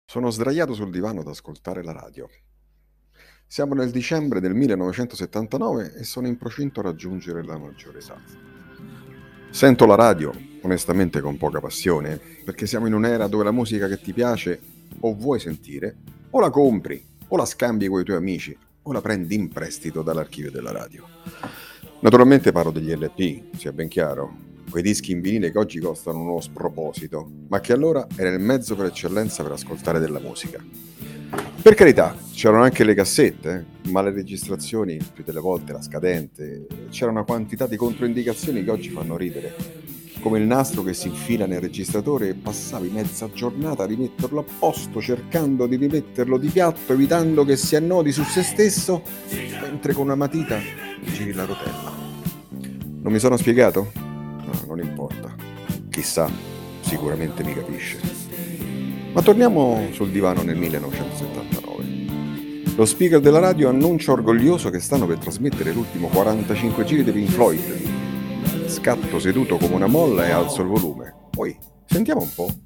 Sono sdraiato sul divano ad ascoltare la radio. Siamo nel dicembre del 1979 e sono in procinto a raggiungere la maggiore età. Sento la radio, onestamente con poca passione, perché siamo in un'era dove la musica che ti piace o vuoi sentire, o la compri, o la scambi con i tuoi amici, o la prendi in prestito dall'archivio della radio. Naturalmente parlo degli LP, sia ben chiaro, quei dischi in vinile che oggi costano uno sproposito, ma che allora era il mezzo per eccellenza per ascoltare della musica. Per carità, c'erano anche le cassette, ma le registrazioni, più delle volte la scadente, c'era una quantità di controindicazioni che oggi fanno ridere, come il nastro che si infila nel registratore e passavi mezza giornata a rimetterlo a posto, cercando di rimetterlo di piatto, evitando che si annodi su se stesso, mentre con una matita giri la rotella. Non mi sono spiegato? No, non importa. Chissà, sicuramente mi capisce. Ma torniamo sul divano nel 1979. Lo speaker della radio annuncia orgoglioso che stanno per trasmettere l'ultimo 45 giri di Pink Floyd. Scatto seduto come una molla e alzo il volume. Poi, sentiamo un po'.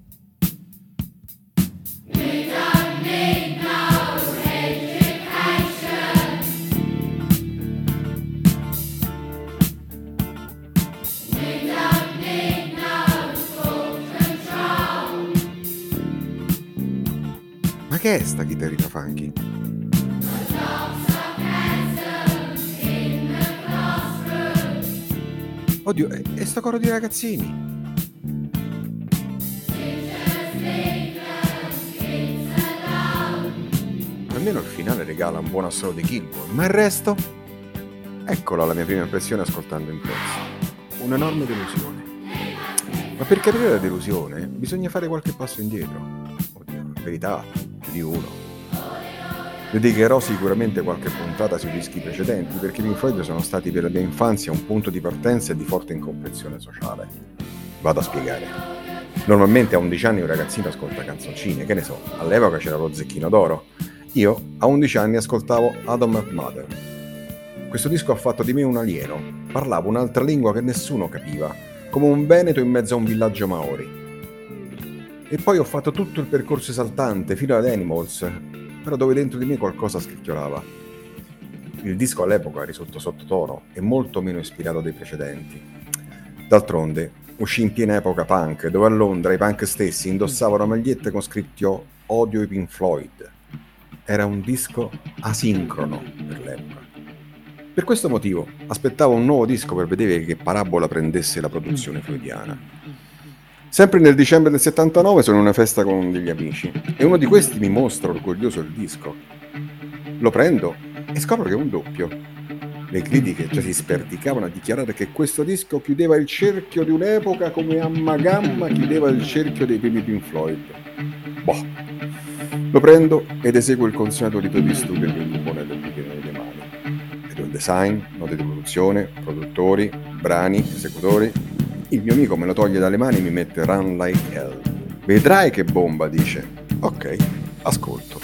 Ma che è sta chitarrina funky? Oddio, è sto coro di ragazzini. Almeno il finale regala un buon assolo di Gilmour, ma il resto? Eccola la mia prima impressione ascoltando in pezzo. Un'enorme delusione. Ma per capire la delusione bisogna fare qualche passo indietro. Oddio, in verità, più di uno. Dedicherò sicuramente qualche puntata sui dischi precedenti, perché i Pink Floyd sono stati per la mia infanzia un punto di partenza e di forte incomprensione sociale. Vado a spiegare. Normalmente a 11 anni un ragazzino ascolta canzoncine, che ne so, all'epoca c'era lo Zecchino d'Oro. Io a 11 anni ascoltavo Adam and Mother. Questo disco ha fatto di me un alieno, parlavo un'altra lingua che nessuno capiva, come un veneto in mezzo a un villaggio maori. E poi ho fatto tutto il percorso esaltante fino ad Animals, però dove dentro di me qualcosa scricchiolava. Il disco all'epoca risultò sottotono e molto meno ispirato dei precedenti. D'altronde, uscì in piena epoca punk, dove a Londra i punk stessi indossavano magliette con scritto "Odio i Pink Floyd". Era un disco asincrono per l'epoca. Per questo motivo aspettavo un nuovo disco per vedere che parabola prendesse la produzione floydiana. Sempre nel dicembre del 79 sono in una festa con degli amici e uno di questi mi mostra orgoglioso il disco. Lo prendo e scopro che è un doppio. Le critiche già si sperdicavano a dichiarare che questo disco chiudeva il cerchio di un'epoca come Amma Gamma chiudeva il cerchio dei primi Pink Floyd. Boh. Lo prendo ed eseguo il consueto rito di studio di un luponello più nelle mani. Vedo il design, note di produzione, produttori, brani, esecutori. Il mio amico me lo toglie dalle mani e mi mette Run Like Hell. Vedrai che bomba, dice. Ok, ascolto.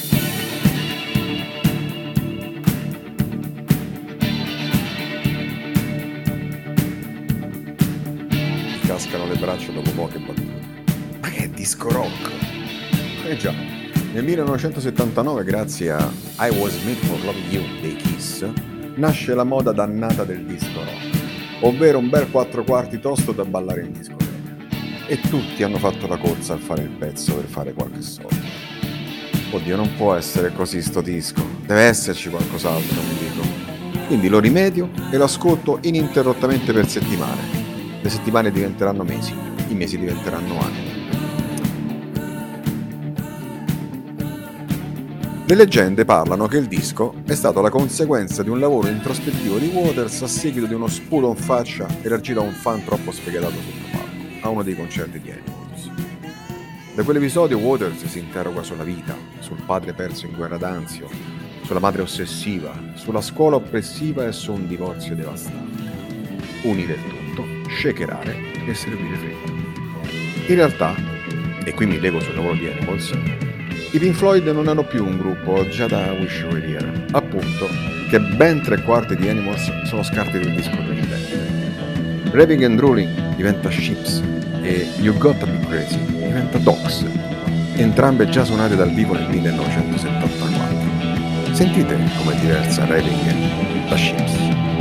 Mi cascano le braccia dopo poche battute. Ma che è disco rock? Già, nel 1979, grazie a I Was Made for Loving You dei Kiss, nasce la moda dannata del disco rock, ovvero un bel 4/4 tosto da ballare in discoteca. E tutti hanno fatto la corsa a fare il pezzo per fare qualche soldo. Oddio, non può essere così sto disco, deve esserci qualcos'altro, mi dico. Quindi lo rimedio e lo ascolto ininterrottamente per settimane. Le settimane diventeranno mesi, i mesi diventeranno anni. Le leggende parlano che il disco è stato la conseguenza di un lavoro introspettivo di Waters a seguito di uno sputo in faccia elargito a un fan troppo sfegatato sotto palco, a uno dei concerti di Animals. Da quell'episodio Waters si interroga sulla vita, sul padre perso in guerra d'Anzio, sulla madre ossessiva, sulla scuola oppressiva e su un divorzio devastante. Unire il tutto, shakerare e servire freddo. In realtà, e qui mi lego sul lavoro di Animals, i Pink Floyd non hanno più un gruppo già da Wish You Were Here, appunto, che ben 3/4 di Animals sono scarti del disco precedente. Raving and Drooling diventa Ships e You Gotta Be Crazy diventa Dogs entrambe già suonate dal vivo nel 1974. Sentite com'è diversa Riding da Ships.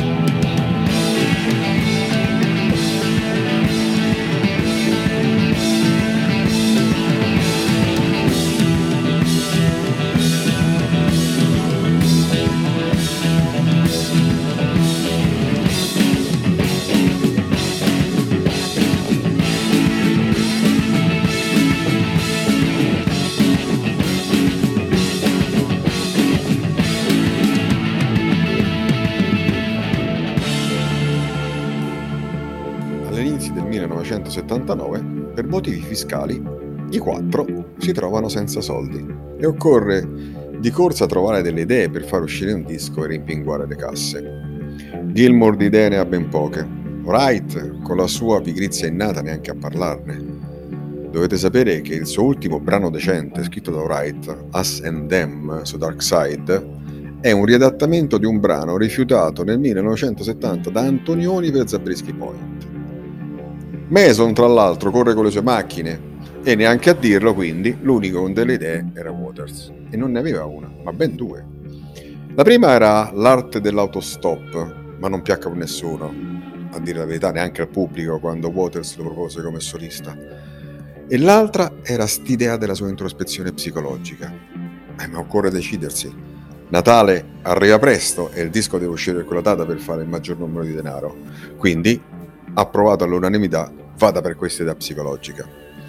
All'inizio del 1979, per motivi fiscali, i quattro si trovano senza soldi e occorre di corsa trovare delle idee per far uscire un disco e rimpinguare le casse. Gilmour di idee ne ha ben poche. Wright, con la sua pigrizia innata, neanche a parlarne. Dovete sapere che il suo ultimo brano decente, scritto da Wright, Us and Them su Dark Side, è un riadattamento di un brano rifiutato nel 1970 da Antonioni per Zabriskie Point. Mason, tra l'altro, corre con le sue macchine e neanche a dirlo, quindi, l'unico con delle idee era Waters. E non ne aveva una, ma ben due. La prima era l'arte dell'autostop, ma non piacque a nessuno, a dire la verità neanche al pubblico quando Waters lo propose come solista. E l'altra era st'idea della sua introspezione psicologica. Ma occorre decidersi. Natale arriva presto e il disco deve uscire in quella data per fare il maggior numero di denaro. Quindi, approvato all'unanimità, vada per questa idea psicologica.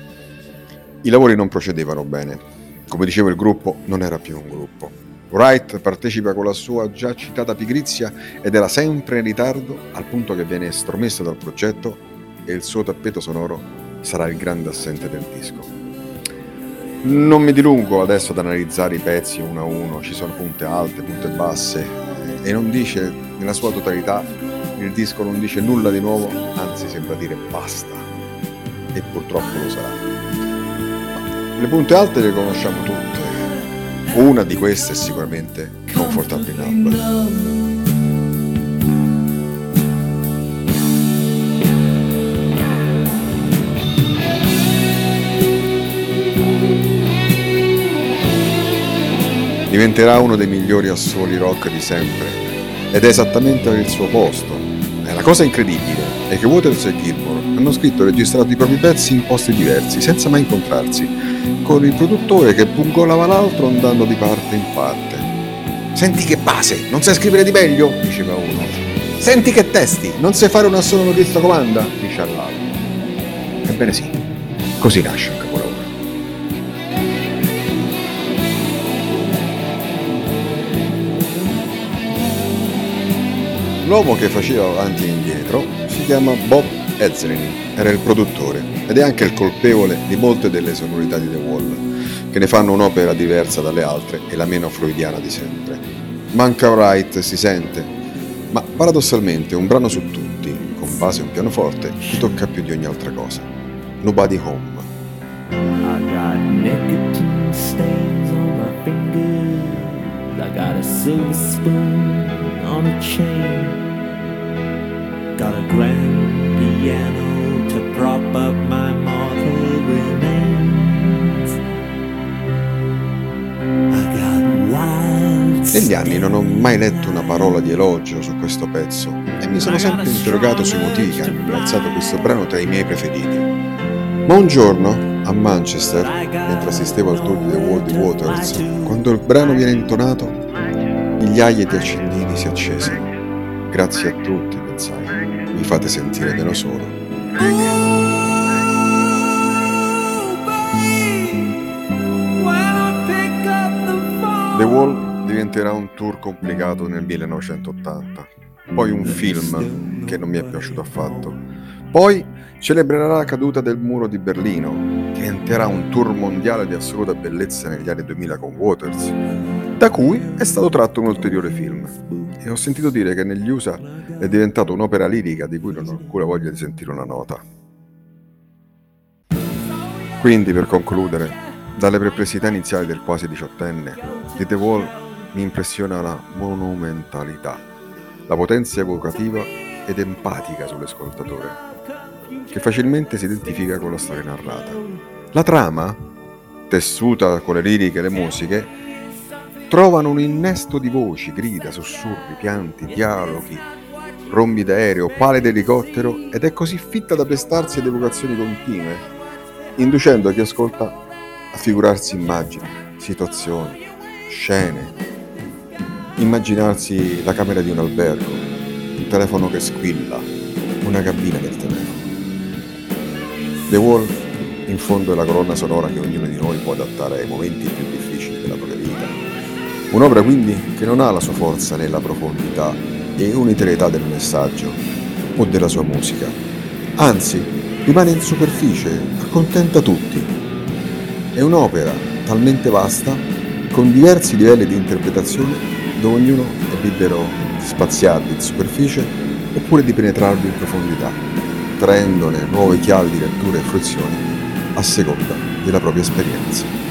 I lavori non procedevano bene. Come dicevo, il gruppo non era più un gruppo. Wright partecipa con la sua già citata pigrizia ed era sempre in ritardo, al punto che viene estromesso dal progetto e il suo tappeto sonoro sarà il grande assente del disco. Non mi dilungo adesso ad analizzare i pezzi uno a uno, ci sono punte alte, punte basse e non dice nella sua totalità, il disco non dice nulla di nuovo, anzi sembra dire basta, e purtroppo lo sarà. Le punte alte le conosciamo tutte, una di queste è sicuramente Comfortably Numb. Diventerà uno dei migliori assoli rock di sempre ed è esattamente al suo posto. E la cosa incredibile è che Waters e Gilmour hanno scritto e registrato i propri pezzi in posti diversi, senza mai incontrarsi, con il produttore che pungolava l'altro andando di parte in parte. Senti che base, non sai scrivere di meglio? Diceva uno. Senti che testi, non sai fare un assolo di sta comanda? Dice all'altro. Ebbene sì, così nasce un capolavoro. L'uomo che faceva avanti e indietro si chiama Bob Ezrin, era il produttore ed è anche il colpevole di molte delle sonorità di The Wall, che ne fanno un'opera diversa dalle altre e la meno freudiana di sempre. Manca Wright, si sente, ma paradossalmente un brano su tutti, con base un pianoforte, ti tocca più di ogni altra cosa. Nobody Home. I got nicotine stains on my fingers. I got a silver spoon on a chain. Got a grand piano to prop up my mortal remains. I got wild. Negli anni non ho mai letto una parola di elogio su questo pezzo e mi sono sempre interrogato sui motivi che hanno piazzato questo brano tra i miei preferiti. Ma un giorno, a Manchester, mentre assistevo al tour di The Wall di Waters, quando il brano viene intonato, migliaia di accendini si accesero. Grazie a tutti, pensai, mi fate sentire meno solo. The Wall diventerà un tour complicato nel 1980, poi un film che non mi è piaciuto affatto, poi celebrerà la caduta del muro di Berlino, diventerà un tour mondiale di assoluta bellezza negli anni 2000 con Waters, da cui è stato tratto un ulteriore film. E ho sentito dire che negli USA è diventato un'opera lirica di cui non ho ancora voglia di sentire una nota. Quindi, per concludere, dalle perplessità iniziali del quasi diciottenne, di The Wall mi impressiona la monumentalità, la potenza evocativa ed empatica sull'ascoltatore, che facilmente si identifica con la storia narrata. La trama tessuta con le liriche e le musiche, trovano un innesto di voci, grida, sussurri, pianti, dialoghi, rombi d'aereo, pale d'elicottero, ed è così fitta da prestarsi ad evocazioni continue, inducendo chi ascolta a figurarsi immagini, situazioni, scene, immaginarsi la camera di un albergo, un telefono che squilla, una cabina del telefono. The Wall, in fondo, è la colonna sonora che ognuno di noi può adattare ai momenti più difficili della propria vita. Un'opera quindi che non ha la sua forza nella profondità e unitarietà del messaggio o della sua musica, anzi rimane in superficie, accontenta tutti. È un'opera talmente vasta, con diversi livelli di interpretazione, dove ognuno è libero di spaziarvi in superficie oppure di penetrarvi in profondità, traendone nuove chiavi di lettura e fruizione a seconda della propria esperienza.